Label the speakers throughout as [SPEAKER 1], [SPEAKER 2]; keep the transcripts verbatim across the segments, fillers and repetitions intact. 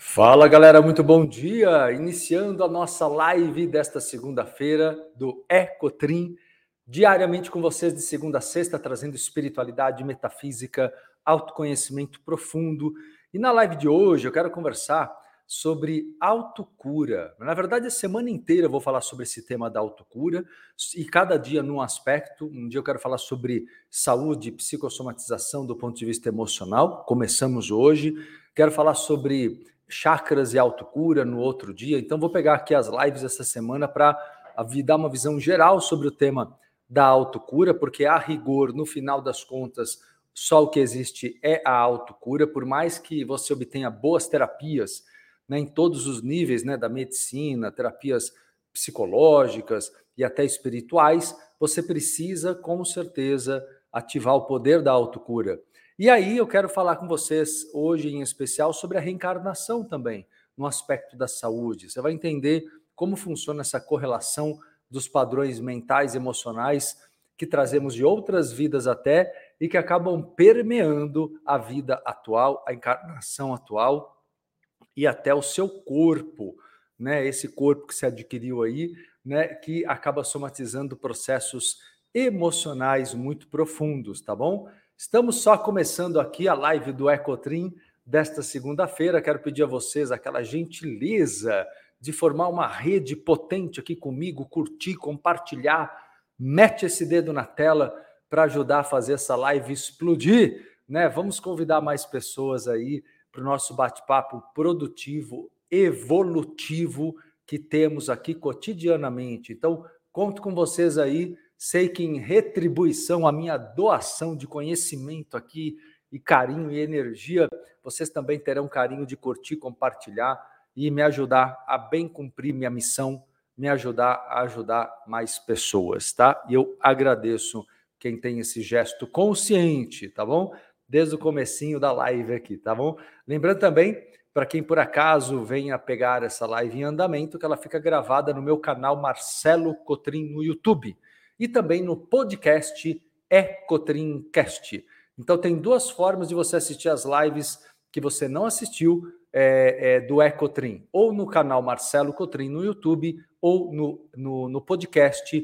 [SPEAKER 1] Fala galera, muito bom dia! Iniciando a nossa live desta segunda-feira do Ecotrim, diariamente com vocês de segunda a sexta, trazendo espiritualidade, metafísica, autoconhecimento profundo. E na live de hoje eu quero conversar sobre autocura. Na verdade, a semana inteira eu vou falar sobre esse tema da autocura e cada dia num aspecto. Um dia eu quero falar sobre saúde, psicossomatização do ponto de vista emocional. Começamos hoje. Quero falar sobre chakras e autocura no outro dia. Então vou pegar aqui as lives essa semana para dar uma visão geral sobre o tema da autocura, porque a rigor, no final das contas, só o que existe é a autocura. Por mais que você obtenha boas terapias, né, em todos os níveis, né, da medicina, terapias psicológicas e até espirituais, você precisa, com certeza, ativar o poder da autocura. E aí eu quero falar com vocês hoje em especial sobre a reencarnação também, no aspecto da saúde. Você vai entender como funciona essa correlação dos padrões mentais e emocionais que trazemos de outras vidas até e que acabam permeando a vida atual, a encarnação atual e até o seu corpo, né? Esse corpo que se adquiriu aí, né? Que acaba somatizando processos emocionais muito profundos, tá bom? Estamos só começando aqui a live do Ecotrim desta segunda-feira. Quero pedir a vocês aquela gentileza de formar uma rede potente aqui comigo, curtir, compartilhar, mete esse dedo na tela para ajudar a fazer essa live explodir, né? Vamos convidar mais pessoas aí para o nosso bate-papo produtivo, evolutivo que temos aqui cotidianamente. Então, conto com vocês aí. Sei que em retribuição à minha doação de conhecimento aqui e carinho e energia, vocês também terão carinho de curtir, compartilhar e me ajudar a bem cumprir minha missão, me ajudar a ajudar mais pessoas, tá? E eu agradeço quem tem esse gesto consciente, tá bom? Desde o comecinho da live aqui, tá bom? Lembrando também, para quem por acaso venha pegar essa live em andamento, que ela fica gravada no meu canal Marcelo Cotrim no YouTube e também no podcast Ecotrimcast. Então tem duas formas de você assistir as lives que você não assistiu é, é, do Ecotrim, ou no canal Marcelo Cotrim no YouTube, ou no, no, no podcast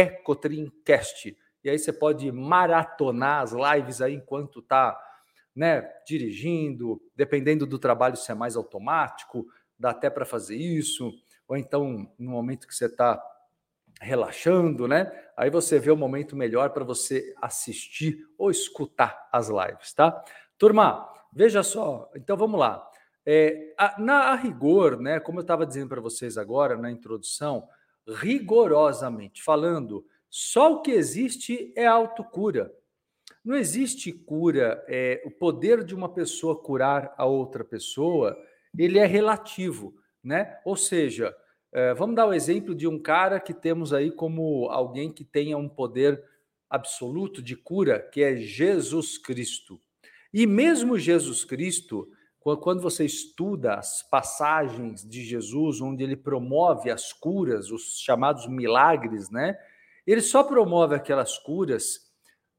[SPEAKER 1] Ecotrimcast. E aí você pode maratonar as lives aí enquanto está, né, dirigindo, dependendo do trabalho se é mais automático, dá até para fazer isso, ou então no momento que você está relaxando, né? Aí você vê o momento melhor para você assistir ou escutar as lives, tá? Turma, veja só, então vamos lá. É, a, na a rigor, né, como eu estava dizendo para vocês agora na introdução, rigorosamente falando, só o que existe é a autocura. Não existe cura, é, o poder de uma pessoa curar a outra pessoa, ele é relativo, né? Ou seja, é, vamos dar o exemplo de um cara que temos aí como alguém que tenha um poder absoluto de cura, que é Jesus Cristo. E mesmo Jesus Cristo, quando você estuda as passagens de Jesus, onde ele promove as curas, os chamados milagres, né? Ele só promove aquelas curas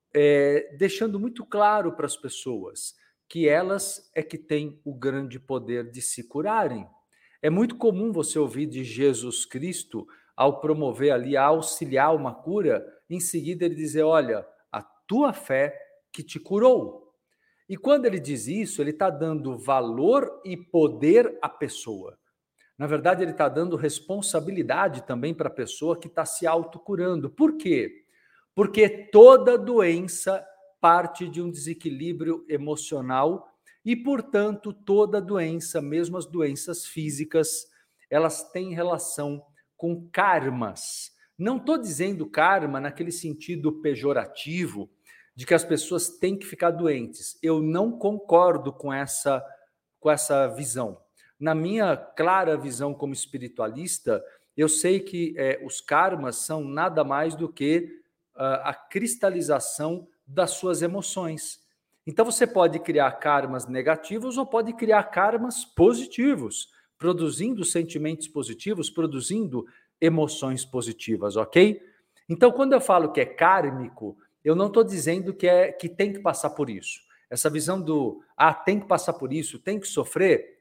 [SPEAKER 1] é, deixando muito claro para as pessoas que elas é que têm o grande poder de se curarem. É muito comum você ouvir de Jesus Cristo, ao promover ali, a auxiliar uma cura, em seguida ele dizer, olha, a tua fé que te curou. E quando ele diz isso, ele está dando valor e poder à pessoa. Na verdade, ele está dando responsabilidade também para a pessoa que está se autocurando. Por quê? Porque toda doença parte de um desequilíbrio emocional e, portanto, toda doença, mesmo as doenças físicas, elas têm relação com karmas. Não estou dizendo karma naquele sentido pejorativo de que as pessoas têm que ficar doentes. Eu não concordo com essa, com essa visão. Na minha clara visão como espiritualista, eu sei que é, os karmas são nada mais do que a cristalização das suas emoções. Então você pode criar karmas negativos ou pode criar karmas positivos, produzindo sentimentos positivos, produzindo emoções positivas, ok? Então quando eu falo que é kármico, eu não estou dizendo que, é, que tem que passar por isso. Essa visão do, ah, tem que passar por isso, tem que sofrer,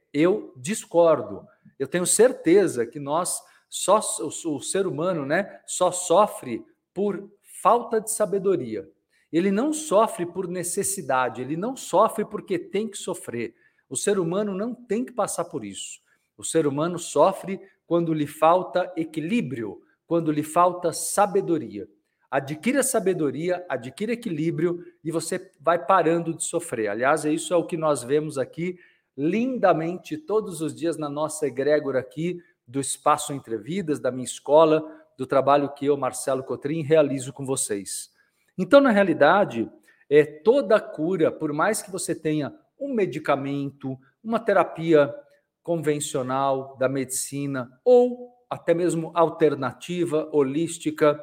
[SPEAKER 1] Eu discordo. Eu tenho certeza que nós, só o, o ser humano, né, só sofre por falta de sabedoria. Ele não sofre por necessidade, ele não sofre porque tem que sofrer. O ser humano não tem que passar por isso. O ser humano sofre quando lhe falta equilíbrio, quando lhe falta sabedoria. Adquira sabedoria, adquira equilíbrio e você vai parando de sofrer. Aliás, isso é o que nós vemos aqui lindamente todos os dias na nossa egrégora aqui do Espaço Entre Vidas, da minha escola, do trabalho que eu, Marcelo Cotrim, realizo com vocês. Então, na realidade, é toda a cura, por mais que você tenha um medicamento, uma terapia convencional da medicina ou até mesmo alternativa, holística,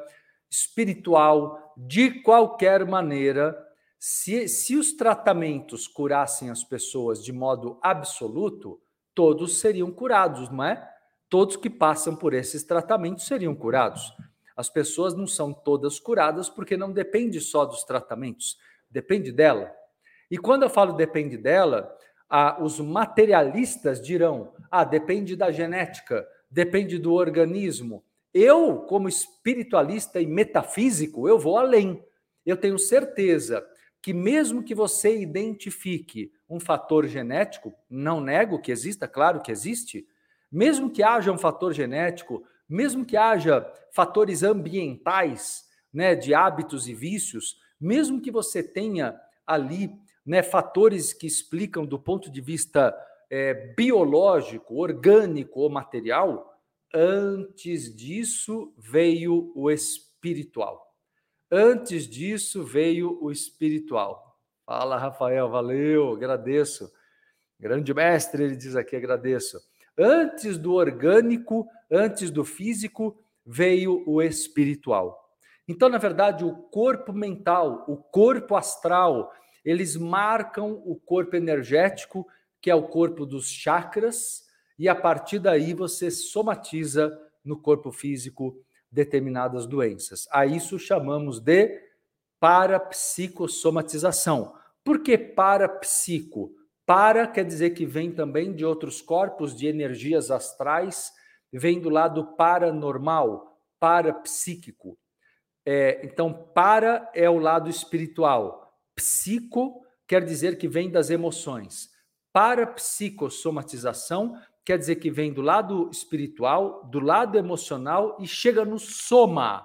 [SPEAKER 1] espiritual, de qualquer maneira, se, se os tratamentos curassem as pessoas de modo absoluto, todos seriam curados, não é? Todos que passam por esses tratamentos seriam curados. As pessoas não são todas curadas porque não depende só dos tratamentos, depende dela. E quando eu falo depende dela, ah, os materialistas dirão, ah, depende da genética, depende do organismo. Eu, como espiritualista e metafísico, eu vou além. Eu tenho certeza que mesmo que você identifique um fator genético, não nego que exista, claro que existe, mesmo que haja um fator genético, mesmo que haja fatores ambientais, né, de hábitos e vícios, mesmo que você tenha ali, né, fatores que explicam do ponto de vista é, biológico, orgânico ou material, antes disso veio o espiritual. Antes disso veio o espiritual. Fala, Rafael, valeu, agradeço. Grande mestre, ele diz aqui, agradeço. Antes do orgânico, antes do físico, veio o espiritual. Então, na verdade, o corpo mental, o corpo astral, eles marcam o corpo energético, que é o corpo dos chakras, e a partir daí você somatiza no corpo físico determinadas doenças. A isso chamamos de parapsicossomatização. Por que parapsico? Para quer dizer que vem também de outros corpos de energias astrais, vem do lado paranormal, parapsíquico. É, então, para é o lado espiritual. Psico quer dizer que vem das emoções. Parapsicossomatização quer dizer que vem do lado espiritual, do lado emocional e chega no soma.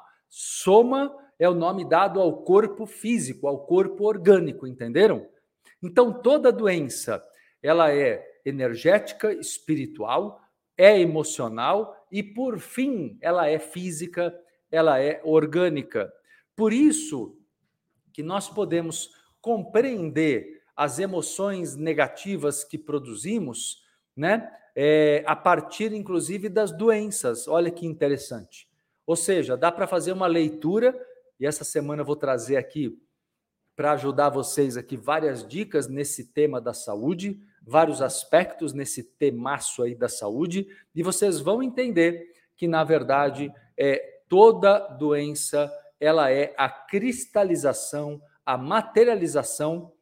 [SPEAKER 1] Soma é o nome dado ao corpo físico, ao corpo orgânico, entenderam? Então, toda doença, ela é energética, espiritual, é emocional e, por fim, ela é física, ela é orgânica. Por isso que nós podemos compreender as emoções negativas que produzimos, né? É, a partir, inclusive, das doenças. Olha que interessante. Ou seja, dá para fazer uma leitura, e essa semana eu vou trazer aqui para ajudar vocês aqui várias dicas nesse tema da saúde, vários aspectos nesse temaço aí da saúde, e vocês vão entender que, na verdade, é, toda doença ela é a cristalização, a materialização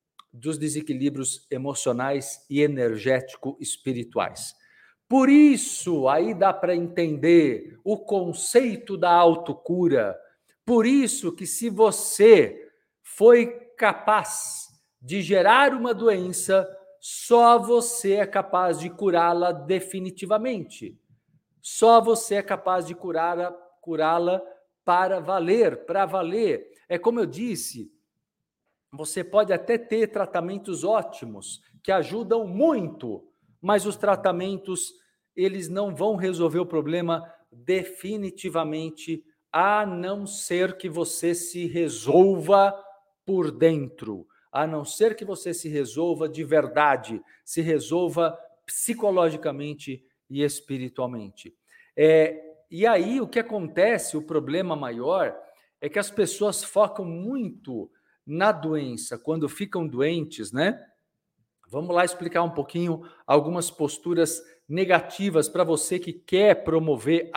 [SPEAKER 1] dos desequilíbrios emocionais e energético-espirituais. Por isso, aí dá para entender o conceito da autocura. Por isso que se você foi capaz de gerar uma doença, só você é capaz de curá-la definitivamente. Só você é capaz de curá-la, curá-la para valer, para valer. É como eu disse, você pode até ter tratamentos ótimos, que ajudam muito, mas os tratamentos, eles não vão resolver o problema definitivamente, a não ser que você se resolva por dentro, a não ser que você se resolva de verdade, se resolva psicologicamente e espiritualmente. É, e aí o que acontece, o problema maior, é que as pessoas focam muito na doença, quando ficam doentes, né? Vamos lá explicar um pouquinho algumas posturas negativas para você que quer promover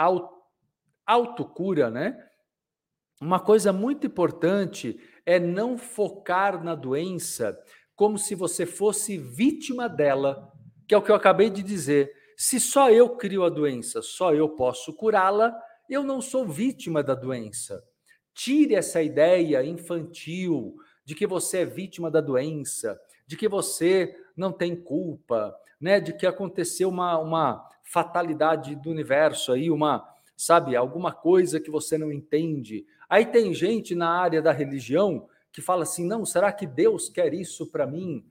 [SPEAKER 1] autocura, né? Uma coisa muito importante é não focar na doença como se você fosse vítima dela. que é o que eu acabei de dizer. Se só eu crio a doença, só eu posso curá-la, eu não sou vítima da doença. Tire essa ideia infantil de que você é vítima da doença, de que você não tem culpa, né? De que aconteceu uma, uma fatalidade do universo aí, uma, sabe, alguma coisa que você não entende. Aí tem gente na área da religião que fala assim, não, será que Deus quer isso para mim?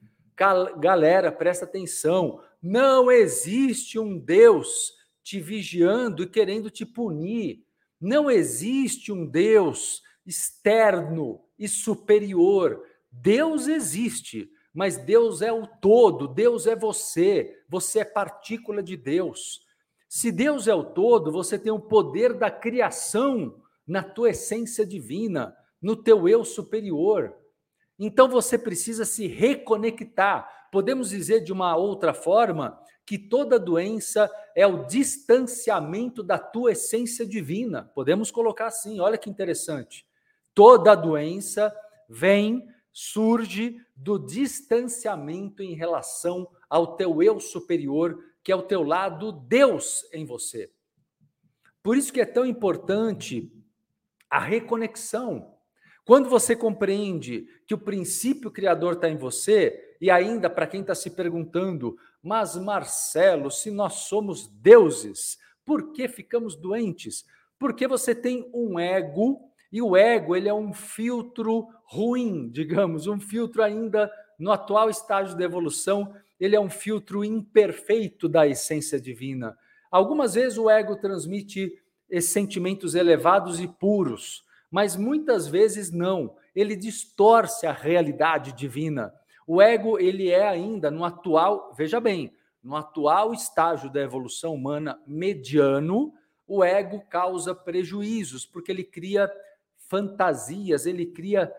[SPEAKER 1] Galera, presta atenção, não existe um Deus te vigiando e querendo te punir. Não existe um Deus externo e superior. Deus existe, mas Deus é o todo, Deus é você, você é partícula de Deus. Se Deus é o todo, você tem o poder da criação na tua essência divina, no teu eu superior. Então você precisa se reconectar. Podemos dizer de uma outra forma que toda doença é o distanciamento da tua essência divina. Podemos colocar assim, olha que interessante. Toda doença vem, surge do distanciamento em relação ao teu eu superior, que é o teu lado Deus em você. Por isso que é tão importante a reconexão. Quando você compreende que o princípio criador está em você, e ainda para quem está se perguntando, mas Marcelo, se nós somos deuses, por que ficamos doentes? Porque você tem um ego, e o ego ele é um filtro ruim, digamos, um filtro ainda no atual estágio da evolução, ele é um filtro imperfeito da essência divina. Algumas vezes o ego transmite sentimentos elevados e puros, mas muitas vezes não, ele distorce a realidade divina. O ego, ele é ainda no atual, veja bem, no atual estágio da evolução humana mediano, o ego causa prejuízos, porque ele cria fantasias, ele cria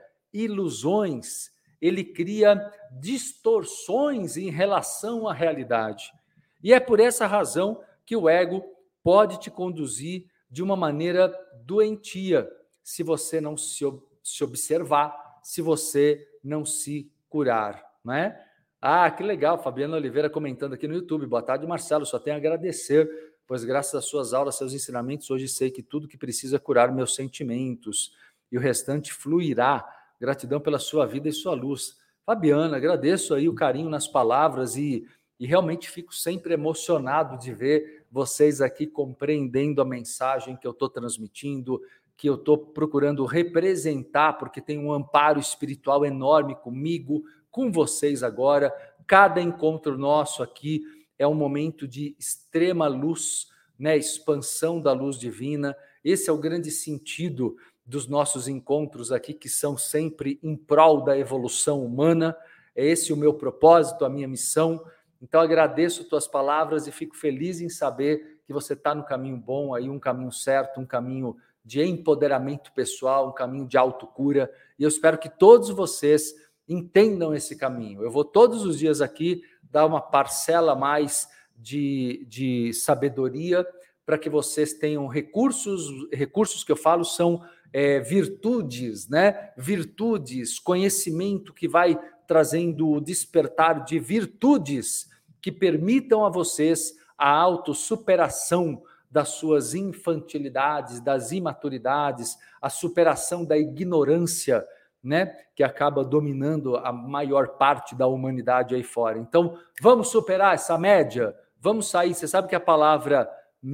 [SPEAKER 1] ilusões, ele cria distorções em relação à realidade. E é por essa razão que o ego pode te conduzir de uma maneira doentia, se você não se, se observar, se você não se curar, não é? Ah, que legal, Fabiana Oliveira comentando aqui no YouTube. Boa tarde, Marcelo, só tenho a agradecer, pois graças às suas aulas, seus ensinamentos, hoje sei que tudo que precisa é curar meus sentimentos e o restante fluirá. Gratidão pela sua vida e sua luz. Fabiana, agradeço aí o carinho nas palavras e, e realmente fico sempre emocionado de ver vocês aqui compreendendo a mensagem que eu estou transmitindo, que eu estou procurando representar, porque tem um amparo espiritual enorme comigo, com vocês agora. Cada encontro nosso aqui é um momento de extrema luz, né? Expansão da luz divina. Esse é o grande sentido dos nossos encontros aqui, que são sempre em prol da evolução humana. É esse o meu propósito, a minha missão. Então, agradeço tuas palavras e fico feliz em saber que você está no caminho bom, aí, um caminho certo, um caminho de empoderamento pessoal, um caminho de autocura, e eu espero que todos vocês entendam esse caminho. Eu vou todos os dias aqui dar uma parcela a mais de, de sabedoria para que vocês tenham recursos, recursos que eu falo são é, virtudes, né? Virtudes, conhecimento que vai trazendo o despertar de virtudes que permitam a vocês a autossuperação das suas infantilidades, das imaturidades, a superação da ignorância, né, que acaba dominando a maior parte da humanidade aí fora. Então, vamos superar essa média? Vamos sair. Você sabe que a palavra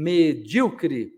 [SPEAKER 1] medíocre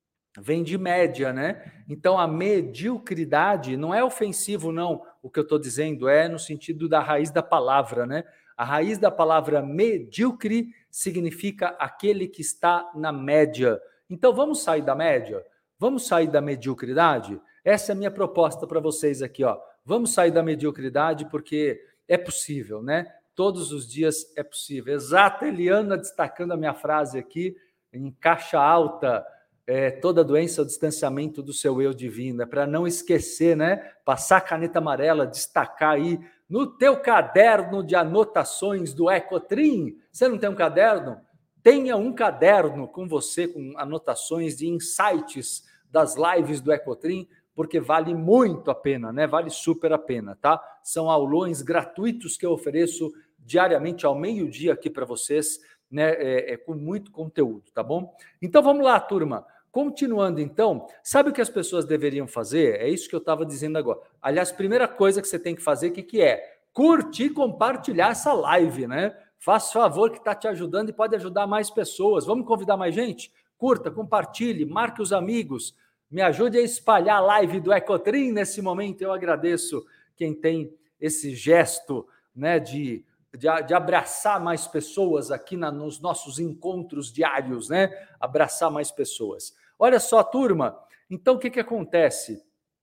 [SPEAKER 1] vem de média, né? Então, a mediocridade não é ofensivo, não. O que eu estou dizendo é no sentido da raiz da palavra, né? A raiz da palavra medíocre significa aquele que está na média. Então, vamos sair da média? Vamos sair da mediocridade? Essa é a minha proposta para vocês aqui, ó. Vamos sair da mediocridade porque é possível, né? Todos os dias é possível. Exato, Eliana destacando a minha frase aqui, em caixa alta, é, toda doença é o distanciamento do seu eu divino. É para não esquecer, né? Passar a caneta amarela, destacar aí no teu caderno de anotações do Ecotrim. Você não tem um caderno? Tenha um caderno com você, com anotações de insights das lives do Ecotrim, porque vale muito a pena, né? Vale super a pena, tá? São aulões gratuitos que eu ofereço diariamente ao meio-dia aqui para vocês, né, é, é, com muito conteúdo, tá bom? Então vamos lá, turma. Continuando então, sabe o que as pessoas deveriam fazer? É isso que eu estava dizendo agora. Aliás, primeira coisa que você tem que fazer, o que, que é? Curtir e compartilhar essa live, né? Faz favor que está te ajudando e pode ajudar mais pessoas. Vamos convidar mais gente? Curta, compartilhe, marque os amigos, me ajude a espalhar a live do Ecotrim nesse momento. Eu agradeço quem tem esse gesto, né, de, de, de abraçar mais pessoas aqui na, nos nossos encontros diários, né? Abraçar mais pessoas. Olha só, turma, então o que, que acontece?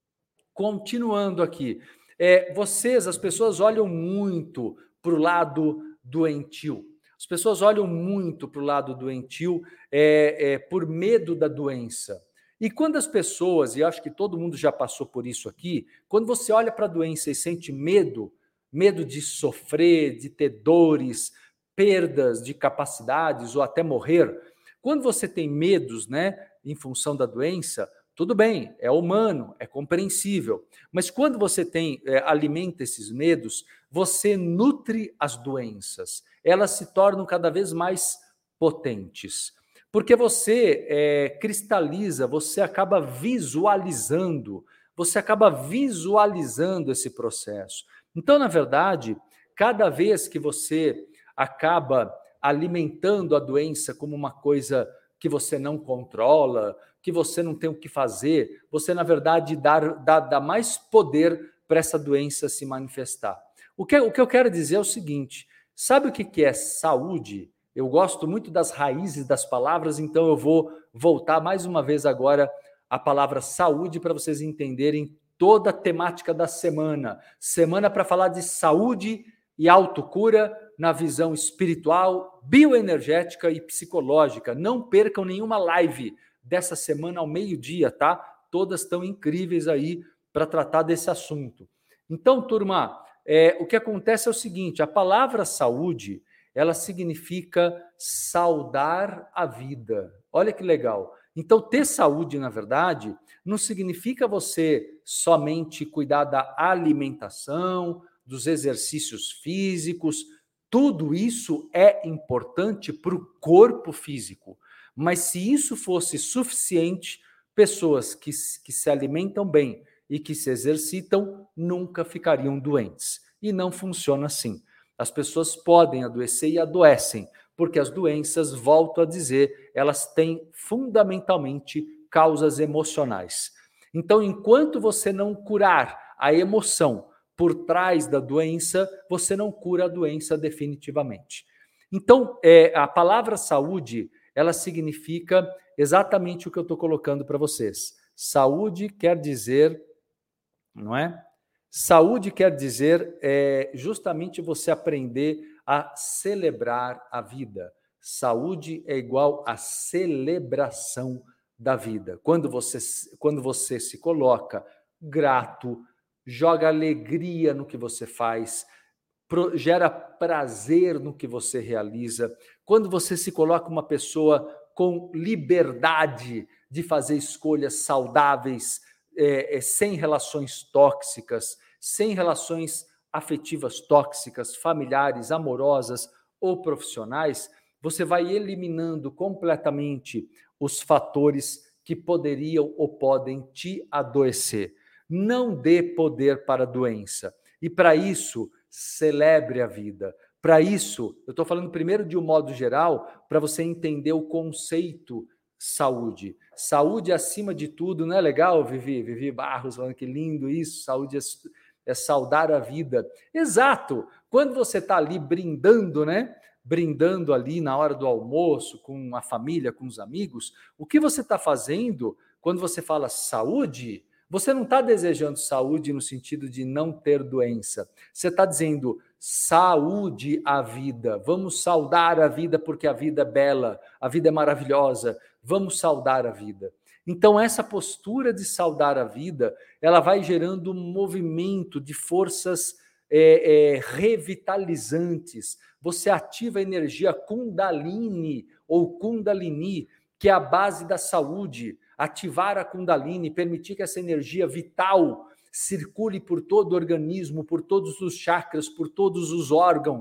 [SPEAKER 1] Continuando aqui, é, vocês, as pessoas olham muito para o lado doentio. As pessoas olham muito para o lado doentio é, é, por medo da doença. E quando as pessoas, e acho que todo mundo já passou por isso aqui, quando você olha para a doença e sente medo, medo de sofrer, de ter dores, perdas de capacidades ou até morrer, quando você tem medos, né, em função da doença, tudo bem, é humano, é compreensível. Mas quando você tem, é, alimenta esses medos, você nutre as doenças. Elas se tornam cada vez mais potentes. Porque você é, cristaliza, você acaba visualizando, você acaba visualizando esse processo. Então, na verdade, cada vez que você acaba alimentando a doença como uma coisa que você não controla, que você não tem o que fazer, você, na verdade, dá, dá, dá mais poder para essa doença se manifestar. O que, o que eu quero dizer é o seguinte, sabe o que, que é saúde? Eu gosto muito das raízes das palavras, então eu vou voltar mais uma vez agora à palavra saúde para vocês entenderem toda a temática da semana. Semana para falar de saúde e autocura na visão espiritual, bioenergética e psicológica. Não percam nenhuma live dessa semana ao meio-dia, tá? Todas estão incríveis aí para tratar desse assunto. Então, turma, é, o que acontece é o seguinte, a palavra saúde, ela significa saudar a vida. Olha que legal. Então, ter saúde, na verdade, não significa você somente cuidar da alimentação, dos exercícios físicos. Tudo isso é importante para o corpo físico. Mas se isso fosse suficiente, pessoas que, que se alimentam bem e que se exercitam nunca ficariam doentes. E não funciona assim. As pessoas podem adoecer e adoecem, porque as doenças, volto a dizer, elas têm fundamentalmente causas emocionais. Então, enquanto você não curar a emoção por trás da doença, você não cura a doença definitivamente. Então, é, a palavra saúde, ela significa exatamente o que eu estou colocando para vocês. Saúde quer dizer, não é? Saúde quer dizer é, justamente você aprender a celebrar a vida. Saúde é igual a celebração da vida. Quando você, quando você se coloca grato, joga alegria no que você faz, pro, gera prazer no que você realiza, quando você se coloca uma pessoa com liberdade de fazer escolhas saudáveis, É, é, sem relações tóxicas, sem relações afetivas tóxicas, familiares, amorosas ou profissionais, você vai eliminando completamente os fatores que poderiam ou podem te adoecer. Não dê poder para a doença. E para isso, celebre a vida. Para isso, eu estou falando primeiro de um modo geral, para você entender o conceito saúde. Saúde acima de tudo, não é legal, Vivi? Vivi Barros falando que lindo isso, saúde é, é saudar a vida. Exato! Quando você está ali brindando, né? Brindando ali na hora do almoço, com a família, com os amigos, o que você está fazendo quando você fala saúde? Você não está desejando saúde no sentido de não ter doença. Você está dizendo saúde à vida. Vamos saudar a vida porque a vida é bela, a vida é maravilhosa. Vamos saudar a vida. Então, essa postura de saudar a vida, ela vai gerando um movimento de forças é, é, revitalizantes. Você ativa a energia Kundalini ou Kundalini, que é a base da saúde. Ativar a Kundalini, permitir que essa energia vital circule por todo o organismo, por todos os chakras, por todos os órgãos,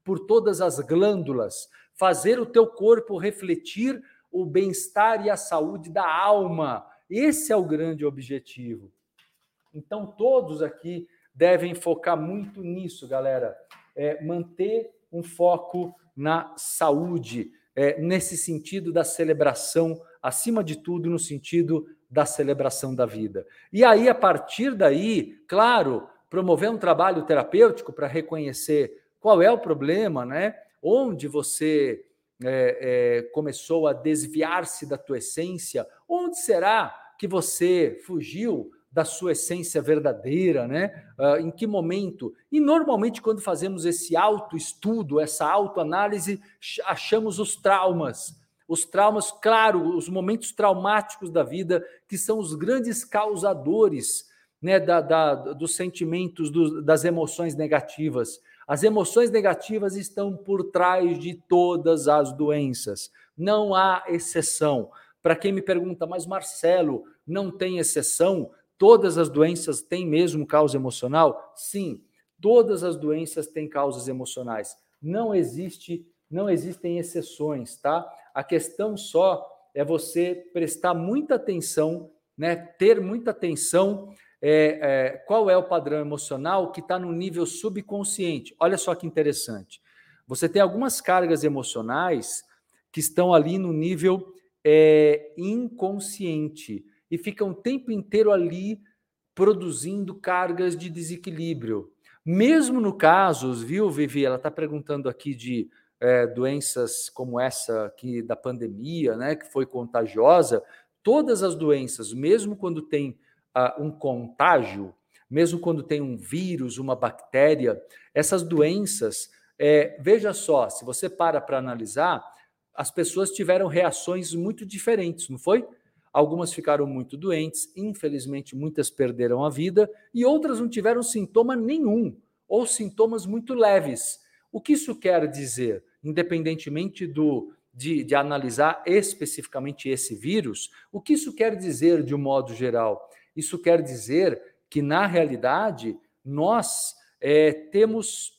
[SPEAKER 1] por todas as glândulas, fazer o teu corpo refletir o bem-estar e a saúde da alma. Esse é o grande objetivo. Então, todos aqui devem focar muito nisso, galera. É, manter um foco na saúde, é, nesse sentido da celebração, acima de tudo, no sentido da celebração da vida. E aí, a partir daí, claro, promover um trabalho terapêutico para reconhecer qual é o problema, né? Onde você é, é, começou a desviar-se da tua essência, onde será que você fugiu da sua essência verdadeira, né? Uh, em que momento? E normalmente quando fazemos esse autoestudo, essa autoanálise, achamos os traumas. Os traumas, claro, os momentos traumáticos da vida, que são os grandes causadores, né, da, da, dos sentimentos, do, das emoções negativas. As emoções negativas estão por trás de todas as doenças. Não há exceção. Para quem me pergunta, mas Marcelo, não tem exceção? Todas as doenças têm mesmo causa emocional? Sim, todas as doenças têm causas emocionais. Não existe, não existem exceções, tá? A questão só é você prestar muita atenção, né? Ter muita atenção. É, é, qual é o padrão emocional que está no nível subconsciente? Olha só que interessante. Você tem algumas cargas emocionais que estão ali no nível é, inconsciente e ficam o tempo inteiro ali produzindo cargas de desequilíbrio. Mesmo no caso, viu, Vivi? Ela está perguntando aqui de é, doenças como essa aqui da pandemia, né, que foi contagiosa. Todas as doenças, mesmo quando tem uh, um contágio, mesmo quando tem um vírus, uma bactéria, essas doenças, é, veja só, se você para para analisar, as pessoas tiveram reações muito diferentes, não foi? Algumas ficaram muito doentes, infelizmente muitas perderam a vida e outras não tiveram sintoma nenhum, ou sintomas muito leves. O que isso quer dizer? Independentemente do, de, de analisar especificamente esse vírus, o que isso quer dizer de um modo geral? Isso quer dizer que, na realidade, nós é, temos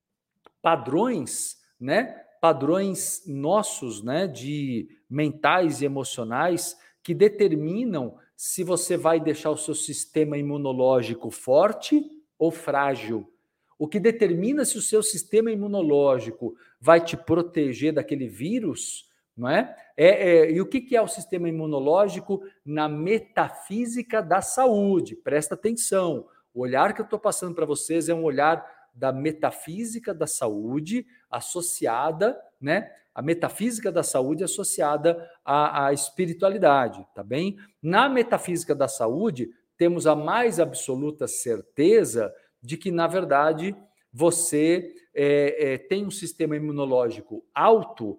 [SPEAKER 1] padrões, né? Padrões nossos, né? De mentais e emocionais que determinam se você vai deixar o seu sistema imunológico forte ou frágil. O que determina se o seu sistema imunológico vai te proteger daquele vírus, não é? É, é e o que, que é o sistema imunológico na metafísica da saúde? Presta atenção. O olhar que eu estou passando para vocês é um olhar da metafísica da saúde associada, né? A metafísica da saúde associada à, à espiritualidade, tá bem? Na metafísica da saúde, temos a mais absoluta certeza de que, na verdade, você é, é, tem um sistema imunológico alto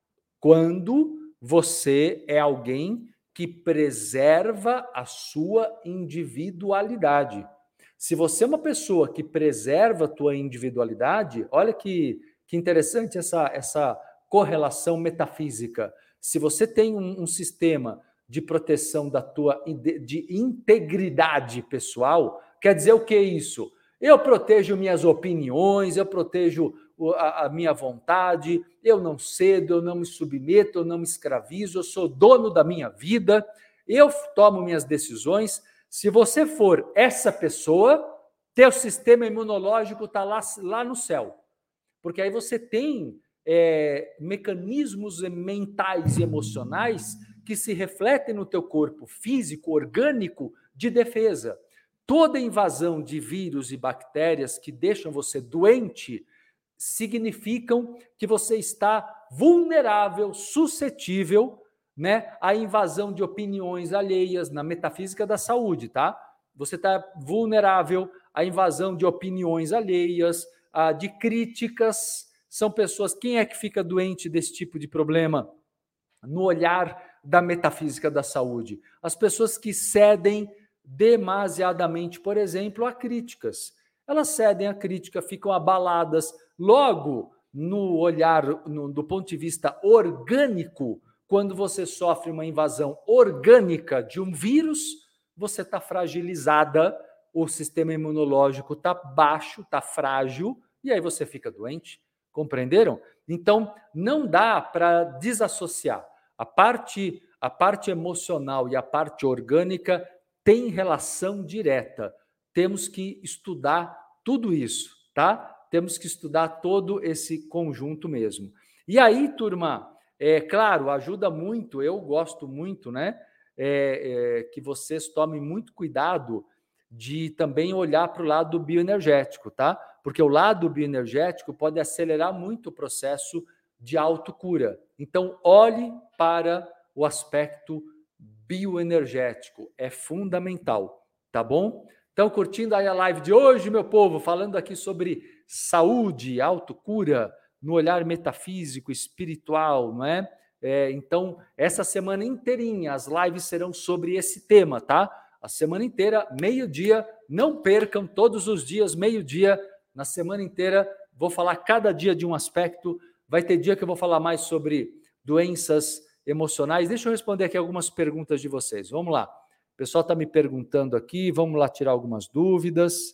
[SPEAKER 1] quando você é alguém que preserva a sua individualidade. Se você é uma pessoa que preserva a tua individualidade, olha que, que interessante essa, essa correlação metafísica. Se você tem um, um sistema de proteção da tua de integridade pessoal, quer dizer o que é isso? Eu protejo minhas opiniões, eu protejo a, a minha vontade, eu não cedo, eu não me submeto, eu não me escravizo, eu sou dono da minha vida, eu tomo minhas decisões. Se você for essa pessoa, teu sistema imunológico está lá, lá no céu. Porque aí você tem é, mecanismos mentais e emocionais que se refletem no teu corpo físico, orgânico, de defesa. Toda invasão de vírus e bactérias que deixam você doente significam que você está vulnerável, suscetível, né, à invasão de opiniões alheias na metafísica da saúde, tá? Você está vulnerável à invasão de opiniões alheias, a, de críticas. São pessoas... Quem é que fica doente desse tipo de problema? No olhar da metafísica da saúde. As pessoas que cedem demasiadamente, por exemplo, a críticas. Elas cedem a crítica, ficam abaladas. Logo, no olhar, no, do ponto de vista orgânico, quando você sofre uma invasão orgânica de um vírus, você está fragilizada, o sistema imunológico está baixo, está frágil, e aí você fica doente. Compreenderam? Então, não dá para desassociar. A parte, a parte emocional e a parte orgânica têm relação direta. Temos que estudar tudo isso, tá? Temos que estudar todo esse conjunto mesmo. E aí, turma, é claro, ajuda muito, eu gosto muito, né? É, é, que vocês tomem muito cuidado de também olhar para o lado bioenergético, tá? Porque o lado bioenergético pode acelerar muito o processo de autocura. Então, olhe para o aspecto bioenergético, é fundamental, tá bom? Então, curtindo aí a live de hoje, meu povo, falando aqui sobre saúde, autocura, no olhar metafísico, espiritual, não é? É, então, essa semana inteirinha, as lives serão sobre esse tema, tá? A semana inteira, meio-dia, não percam, todos os dias, meio-dia, na semana inteira, vou falar cada dia de um aspecto, vai ter dia que eu vou falar mais sobre doenças emocionais. Deixa eu responder aqui algumas perguntas de vocês, vamos lá. O pessoal está me perguntando aqui, vamos lá tirar algumas dúvidas.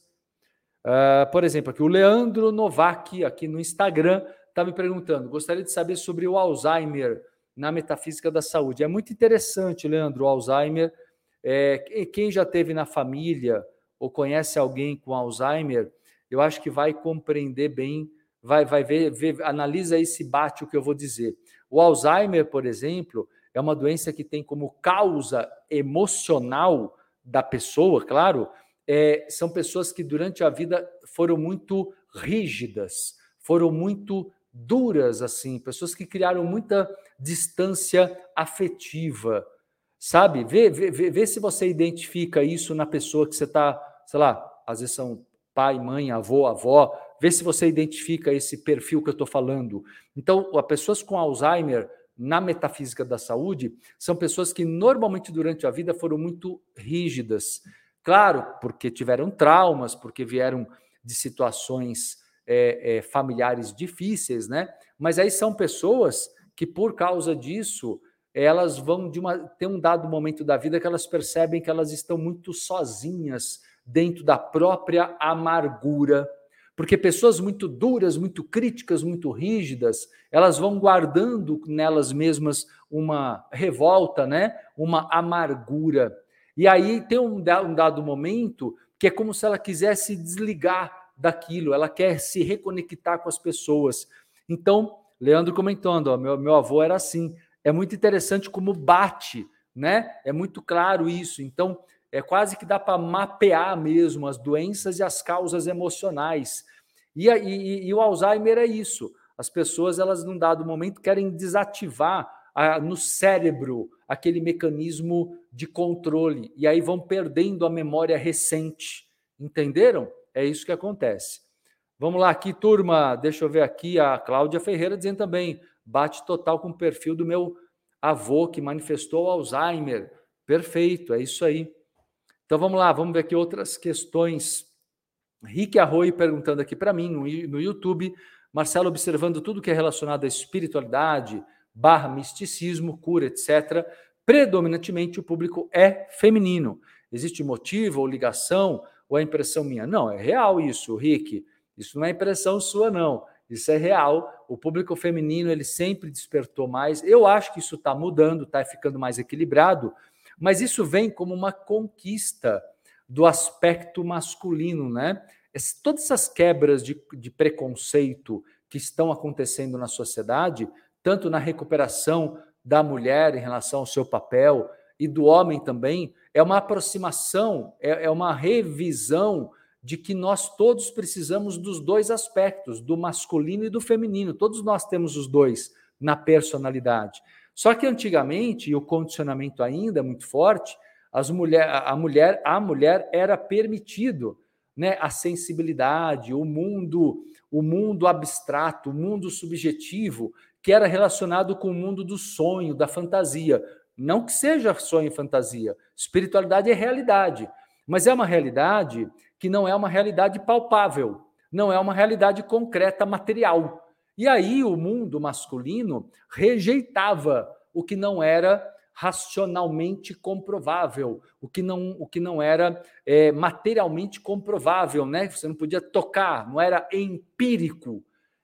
[SPEAKER 1] Uh, por exemplo, aqui o Leandro Novak, aqui no Instagram, está me perguntando, gostaria de saber sobre o Alzheimer na metafísica da saúde. É muito interessante, Leandro, o Alzheimer. É, quem já teve na família ou conhece alguém com Alzheimer, eu acho que vai compreender bem, vai, vai ver, ver, analisa aí se bate o que eu vou dizer. O Alzheimer, por exemplo, é uma doença que tem como causa emocional da pessoa, claro, é, são pessoas que durante a vida foram muito rígidas, foram muito duras, assim, pessoas que criaram muita distância afetiva, sabe? Vê, vê, vê, vê se você identifica isso na pessoa que você está, sei lá, às vezes são pai, mãe, avô, avó, vê se você identifica esse perfil que eu estou falando. Então, as pessoas com Alzheimer, na metafísica da saúde, são pessoas que normalmente durante a vida foram muito rígidas. Claro, porque tiveram traumas, porque vieram de situações é, é, familiares difíceis, né? Mas aí são pessoas que, por causa disso, elas vão de uma, ter um dado momento da vida que elas percebem que elas estão muito sozinhas dentro da própria amargura. Porque pessoas muito duras, muito críticas, muito rígidas, elas vão guardando nelas mesmas uma revolta, né? Uma amargura. E aí tem um dado momento que é como se ela quisesse desligar daquilo, ela quer se reconectar com as pessoas. Então, Leandro comentando, ó, meu, meu avô era assim. É muito interessante como bate, né? É muito claro isso. Então, é quase que dá para mapear mesmo as doenças e as causas emocionais. E, e, e o Alzheimer é isso. As pessoas, elas, num dado momento, querem desativar a, no cérebro aquele mecanismo de controle. E aí vão perdendo a memória recente. Entenderam? É isso que acontece. Vamos lá aqui, turma. Deixa eu ver aqui a Cláudia Ferreira dizendo também, bate total com o perfil do meu avô que manifestou Alzheimer. Perfeito, é isso aí. Então vamos lá, vamos ver aqui outras questões. Rick Arroio perguntando aqui para mim no, no YouTube, Marcelo observando tudo que é relacionado à espiritualidade, barra misticismo, cura, etcétera. Predominantemente o público é feminino. Existe motivo ou ligação ou é impressão minha? Não, é real isso, Rick. Isso não é impressão sua, não. Isso é real. O público feminino ele sempre despertou mais. Eu acho que isso está mudando, está ficando mais equilibrado, mas isso vem como uma conquista do aspecto masculino, né? Esse, todas essas quebras de, de preconceito que estão acontecendo na sociedade, tanto na recuperação da mulher em relação ao seu papel e do homem também, é uma aproximação, é, é uma revisão de que nós todos precisamos dos dois aspectos, do masculino e do feminino. Todos nós temos os dois na personalidade. Só que antigamente, e o condicionamento ainda é muito forte, as mulher, a, mulher, a mulher era permitido, né, a sensibilidade, o mundo, o mundo abstrato, o mundo subjetivo, que era relacionado com o mundo do sonho, da fantasia. Não que seja sonho e fantasia. Espiritualidade é realidade, mas é uma realidade que não é uma realidade palpável, não é uma realidade concreta, material. E aí o mundo masculino rejeitava o que não era racionalmente comprovável, o que não, o que não era é, materialmente comprovável, né? Você não podia tocar, não era empírico.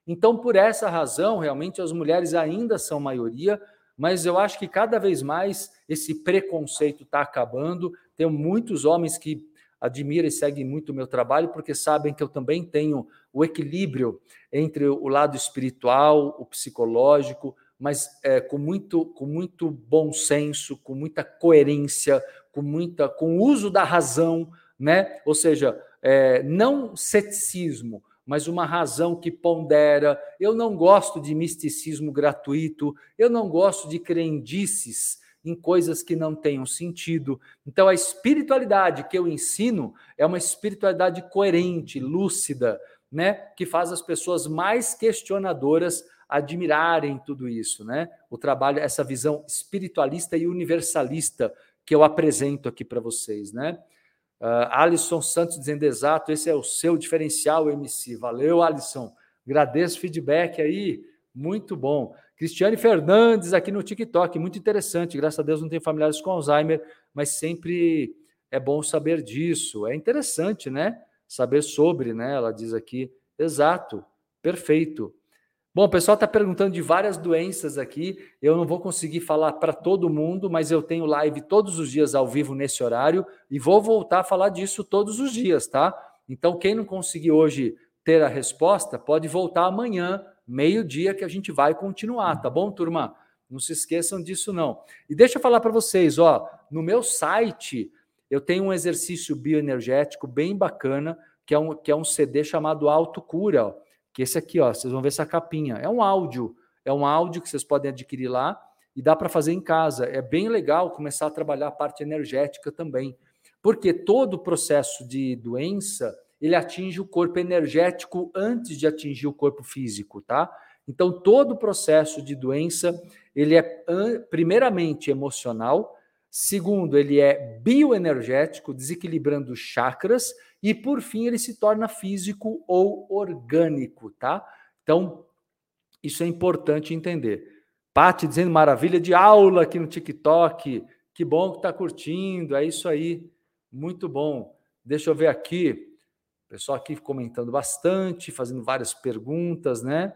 [SPEAKER 1] Então, por essa razão, realmente as mulheres ainda são maioria, mas eu acho que cada vez mais esse preconceito está acabando. Tenho muitos homens que admiram e seguem muito o meu trabalho, porque sabem que eu também tenho o equilíbrio entre o lado espiritual, o psicológico, mas é, com, muito, com muito bom senso, com muita coerência, com, muita, com o uso da razão, né? Ou seja, é, não ceticismo, mas uma razão que pondera. Eu não gosto de misticismo gratuito, eu não gosto de crendices em coisas que não tenham sentido. Então, a espiritualidade que eu ensino é uma espiritualidade coerente, lúcida, né? Que faz as pessoas mais questionadoras admirarem tudo isso, né? O trabalho, essa visão espiritualista e universalista que eu apresento aqui para vocês, né? Uh, Alisson Santos dizendo exato, esse é o seu diferencial, M C. Valeu, Alisson. Agradeço o feedback aí, muito bom. Cristiane Fernandes aqui no TikTok, muito interessante. Graças a Deus não tenho familiares com Alzheimer, mas sempre é bom saber disso. É interessante, né? Saber sobre, né? Ela diz aqui, exato, perfeito. Bom, o pessoal está perguntando de várias doenças aqui. Eu não vou conseguir falar para todo mundo, mas eu tenho live todos os dias ao vivo nesse horário e vou voltar a falar disso todos os dias, tá? Então, quem não conseguir hoje ter a resposta, pode voltar amanhã, meio-dia, que a gente vai continuar, tá bom, turma? Não se esqueçam disso, não. E deixa eu falar para vocês, ó, no meu site eu tenho um exercício bioenergético bem bacana, que é um, que é um C D chamado Autocura, ó. Que esse aqui, ó, vocês vão ver essa capinha. É um áudio, é um áudio que vocês podem adquirir lá e dá para fazer em casa. É bem legal começar a trabalhar a parte energética também, porque todo o processo de doença, ele atinge o corpo energético antes de atingir o corpo físico, tá? Então, todo o processo de doença, ele é primeiramente emocional, segundo, ele é bioenergético, desequilibrando os chakras, e, por fim, ele se torna físico ou orgânico, tá? Então, isso é importante entender. Paty dizendo maravilha de aula aqui no TikTok. Que bom que está curtindo, é isso aí. Muito bom. Deixa eu ver aqui. O pessoal aqui comentando bastante, fazendo várias perguntas, né?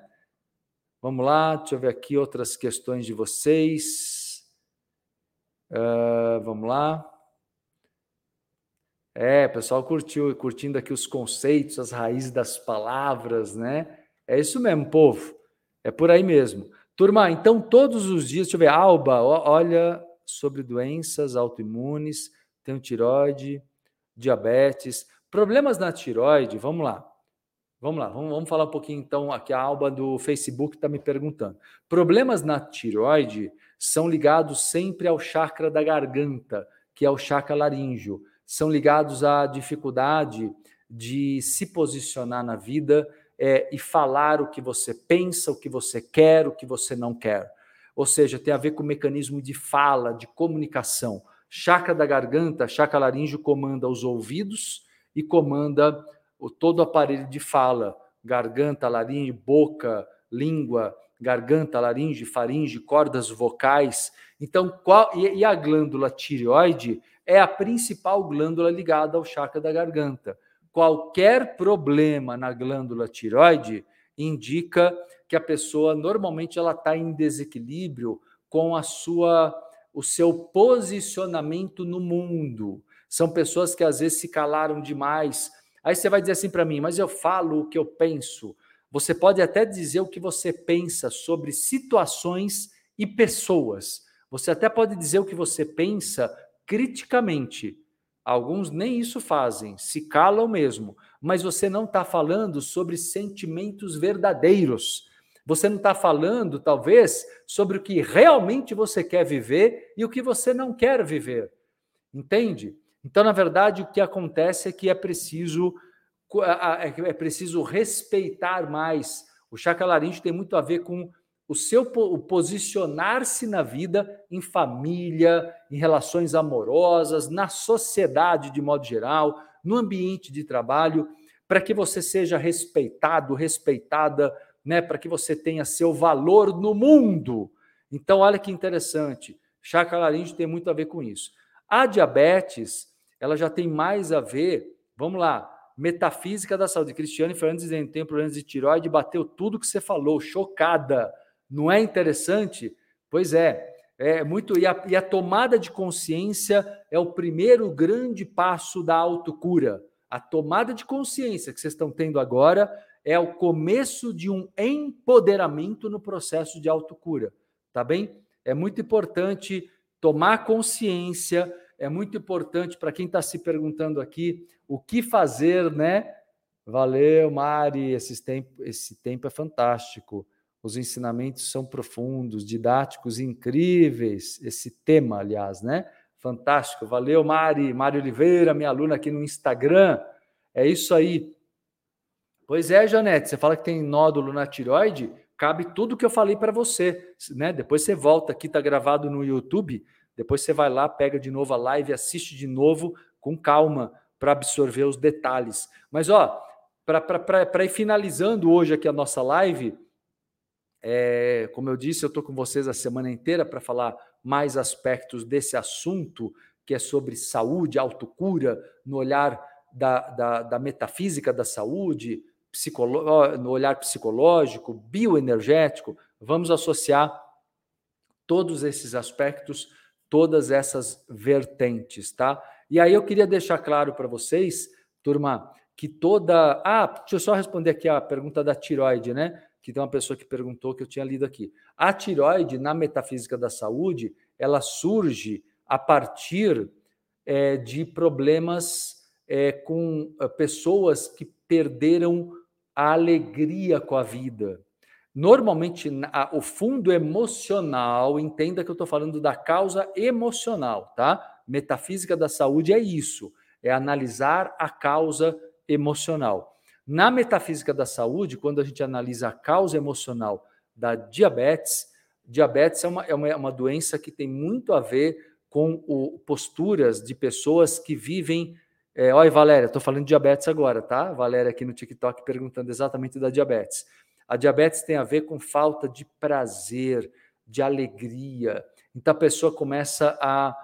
[SPEAKER 1] Vamos lá, deixa eu ver aqui outras questões de vocês. Uh, vamos lá. É, o pessoal curtiu, curtindo aqui os conceitos, as raízes das palavras, né? É isso mesmo, povo. É por aí mesmo. Turma, então todos os dias, deixa eu ver, Alba, olha sobre doenças autoimunes, tem tireoide, diabetes, problemas na tireoide, vamos lá. Vamos lá, vamos, vamos falar um pouquinho então, aqui a Alba do Facebook está me perguntando. Problemas na tireoide são ligados sempre ao chakra da garganta, que é o chakra laríngeo. São ligados à dificuldade de se posicionar na vida é, e falar o que você pensa, o que você quer, o que você não quer. Ou seja, tem a ver com o mecanismo de fala, de comunicação. Chakra da garganta, chakra laríngeo comanda os ouvidos e comanda o, todo o aparelho de fala, garganta, laringe, boca, língua, garganta, laringe, faringe, cordas vocais. Então, qual, e, e a glândula tireoide é a principal glândula ligada ao chakra da garganta. Qualquer problema na glândula tireoide indica que a pessoa normalmente ela está em desequilíbrio com a sua, o seu posicionamento no mundo. São pessoas que às vezes se calaram demais. Aí você vai dizer assim para mim, mas eu falo o que eu penso. Você pode até dizer o que você pensa sobre situações e pessoas. Você até pode dizer o que você pensa criticamente. Alguns nem isso fazem, se calam mesmo. Mas você não está falando sobre sentimentos verdadeiros. Você não está falando, talvez, sobre o que realmente você quer viver e o que você não quer viver. Entende? Então, na verdade, o que acontece é que é preciso, é preciso respeitar mais. O chakra laríngeo tem muito a ver com o seu o posicionar-se na vida, em família, em relações amorosas, na sociedade de modo geral, no ambiente de trabalho, para que você seja respeitado, respeitada, né, para que você tenha seu valor no mundo. Então, olha que interessante. Chakra laríngeo tem muito a ver com isso. A diabetes, ela já tem mais a ver, vamos lá, Metafísica da saúde. Cristiane Fernandes dizendo, tem problemas de tireoide, bateu tudo que você falou, chocada. Não é interessante? Pois é, é muito. E a, e a tomada de consciência é o primeiro grande passo da autocura. A tomada de consciência que vocês estão tendo agora é o começo de um empoderamento no processo de autocura, tá bem? É muito importante tomar consciência, é muito importante para quem está se perguntando aqui o que fazer, né? Valeu, Mari, esse tempo, esse tempo é fantástico. Os ensinamentos são profundos, didáticos, incríveis. Esse tema, aliás, né? Fantástico. Valeu, Mari. Mari Oliveira, minha aluna aqui no Instagram. É isso aí. Pois é, Janete, você fala que tem nódulo na tireoide, cabe tudo o que eu falei para você, né? Depois você volta aqui, está gravado no YouTube, depois você vai lá, pega de novo a live, assiste de novo com calma para absorver os detalhes. Mas, ó, para ir finalizando hoje aqui a nossa live, é, como eu disse, eu estou com vocês a semana inteira para falar mais aspectos desse assunto, que é sobre saúde, autocura, no olhar da, da, da metafísica da saúde, psicolo- no olhar psicológico, bioenergético. Vamos associar todos esses aspectos, todas essas vertentes, tá? E aí eu queria deixar claro para vocês, turma, que toda... Ah, deixa eu só responder aqui a pergunta da tireoide, né? Que tem uma pessoa que perguntou, que eu tinha lido aqui. A tireoide, na metafísica da saúde, ela surge a partir é, de problemas é, com é, pessoas que perderam a alegria com a vida. Normalmente, a, o fundo emocional, entenda que eu estou falando da causa emocional, tá? Metafísica da saúde é isso, é analisar a causa emocional. Na metafísica da saúde, quando a gente analisa a causa emocional da diabetes, diabetes é uma, é uma, é uma doença que tem muito a ver com o, posturas de pessoas que vivem... É, olha, Valéria, estou falando de diabetes agora, tá? Valéria aqui no TikTok perguntando exatamente da diabetes. A diabetes tem a ver com falta de prazer, de alegria. Então a pessoa começa a,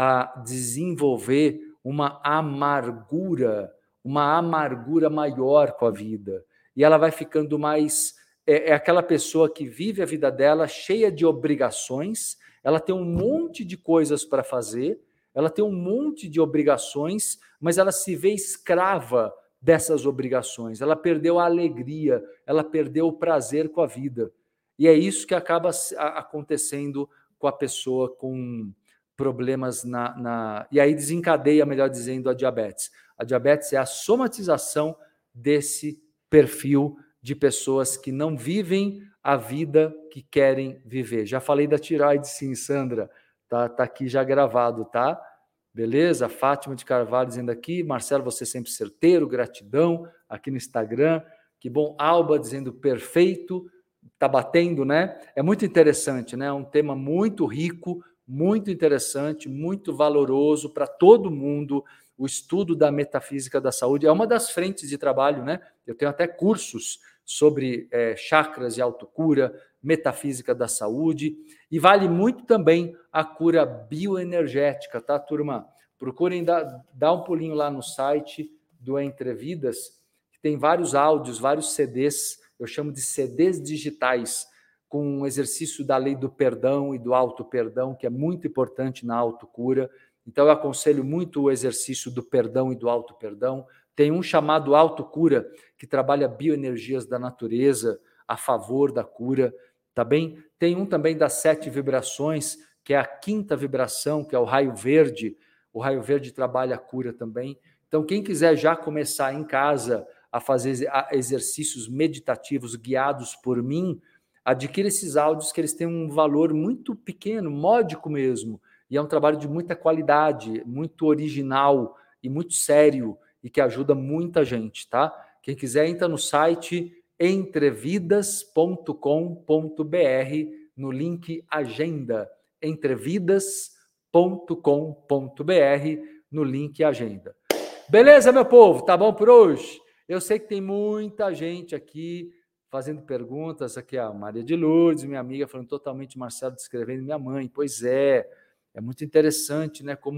[SPEAKER 1] a desenvolver uma amargura, uma amargura maior com a vida. E ela vai ficando mais... É, é aquela pessoa que vive a vida dela cheia de obrigações, ela tem um monte de coisas para fazer, ela tem um monte de obrigações, mas ela se vê escrava dessas obrigações, ela perdeu a alegria, ela perdeu o prazer com a vida. E é isso que acaba acontecendo com a pessoa com problemas na... na... E aí desencadeia, melhor dizendo, a diabetes. A diabetes é a somatização desse perfil de pessoas que não vivem a vida que querem viver. Já falei da tireoide, sim, Sandra. Tá, tá aqui já gravado, tá? Beleza? Fátima de Carvalho dizendo aqui, Marcelo, você sempre certeiro, gratidão, aqui no Instagram. Que bom, Alba dizendo perfeito, tá batendo, né? É muito interessante, né? É um tema muito rico, muito interessante, muito valoroso para todo mundo. O estudo da metafísica da saúde é uma das frentes de trabalho, né? Eu tenho até cursos sobre é, chakras e autocura, metafísica da saúde, e vale muito também a cura bioenergética, tá, turma? Procurem dar, dar um pulinho lá no site do Entre Vidas, que tem vários áudios, vários C Ds, eu chamo de C Ds digitais, com um exercício da lei do perdão e do auto-perdão, que é muito importante na autocura. Então, eu aconselho muito o exercício do perdão e do auto-perdão. Tem um chamado autocura, que trabalha bioenergias da natureza a favor da cura, tá bem? Tem um também das sete vibrações, que é a quinta vibração, que é o raio verde. O raio verde trabalha a cura também. Então, quem quiser já começar em casa a fazer exercícios meditativos guiados por mim, adquira esses áudios, que eles têm um valor muito pequeno, módico mesmo, e é um trabalho de muita qualidade, muito original e muito sério, e que ajuda muita gente, tá? Quem quiser, entra no site entrevidas ponto com ponto br, no link Agenda, entrevidas ponto com ponto br, no link Agenda. Beleza, meu povo? Tá bom por hoje? Eu sei que tem muita gente aqui fazendo perguntas. Aqui a Maria de Lourdes, minha amiga, falando totalmente Marcelo descrevendo minha mãe. Pois é, é muito interessante, né? Como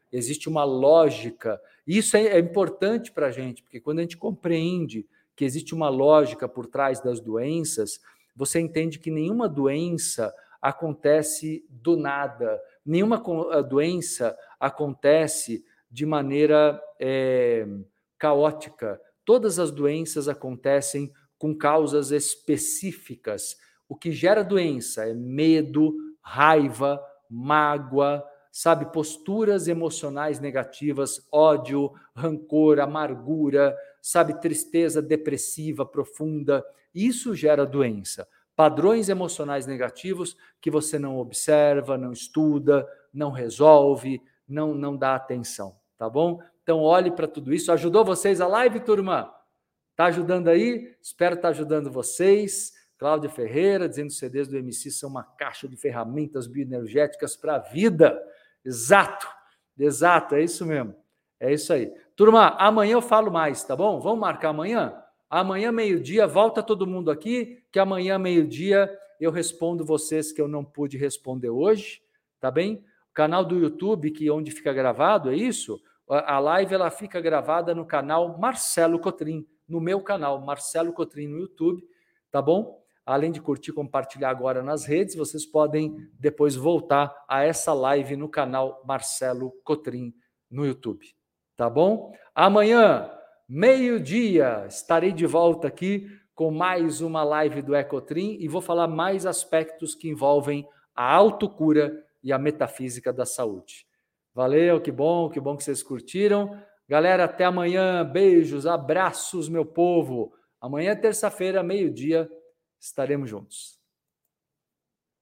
[SPEAKER 1] existe uma lógica. Isso é, é importante para a gente, porque quando a gente compreende que existe uma lógica por trás das doenças, você entende que nenhuma doença acontece do nada, nenhuma doença acontece de maneira é, caótica. Todas as doenças acontecem com causas específicas. O que gera doença é medo, raiva, mágoa, sabe, posturas emocionais negativas, ódio, rancor, amargura, sabe, tristeza depressiva profunda. Isso gera doença. Padrões emocionais negativos que você não observa, não estuda, não resolve, não, não dá atenção, tá bom? Então, olhe para tudo isso. Ajudou vocês a live, turma? Tá ajudando aí? Espero estar ajudando vocês. Cláudia Ferreira, dizendo que os C Ds do M C são uma caixa de ferramentas bioenergéticas para a vida. Exato, exato, é isso mesmo. É isso aí. Turma, amanhã eu falo mais, tá bom? Vamos marcar amanhã? Amanhã, meio-dia, volta todo mundo aqui, que amanhã, meio-dia, eu respondo vocês que eu não pude responder hoje, tá bem? O canal do YouTube, que onde fica gravado, é isso? A live ela fica gravada no canal Marcelo Cotrim, no meu canal, Marcelo Cotrim no YouTube, tá bom? Além de curtir e compartilhar agora nas redes, vocês podem depois voltar a essa live no canal Marcelo Cotrim no YouTube, tá bom? Amanhã, meio-dia, estarei de volta aqui com mais uma live do Ecotrim e vou falar mais aspectos que envolvem a autocura e a metafísica da saúde. Valeu, que bom, que bom que vocês curtiram. Galera, até amanhã. Beijos, abraços, meu povo. Amanhã, terça-feira, meio-dia, estaremos juntos.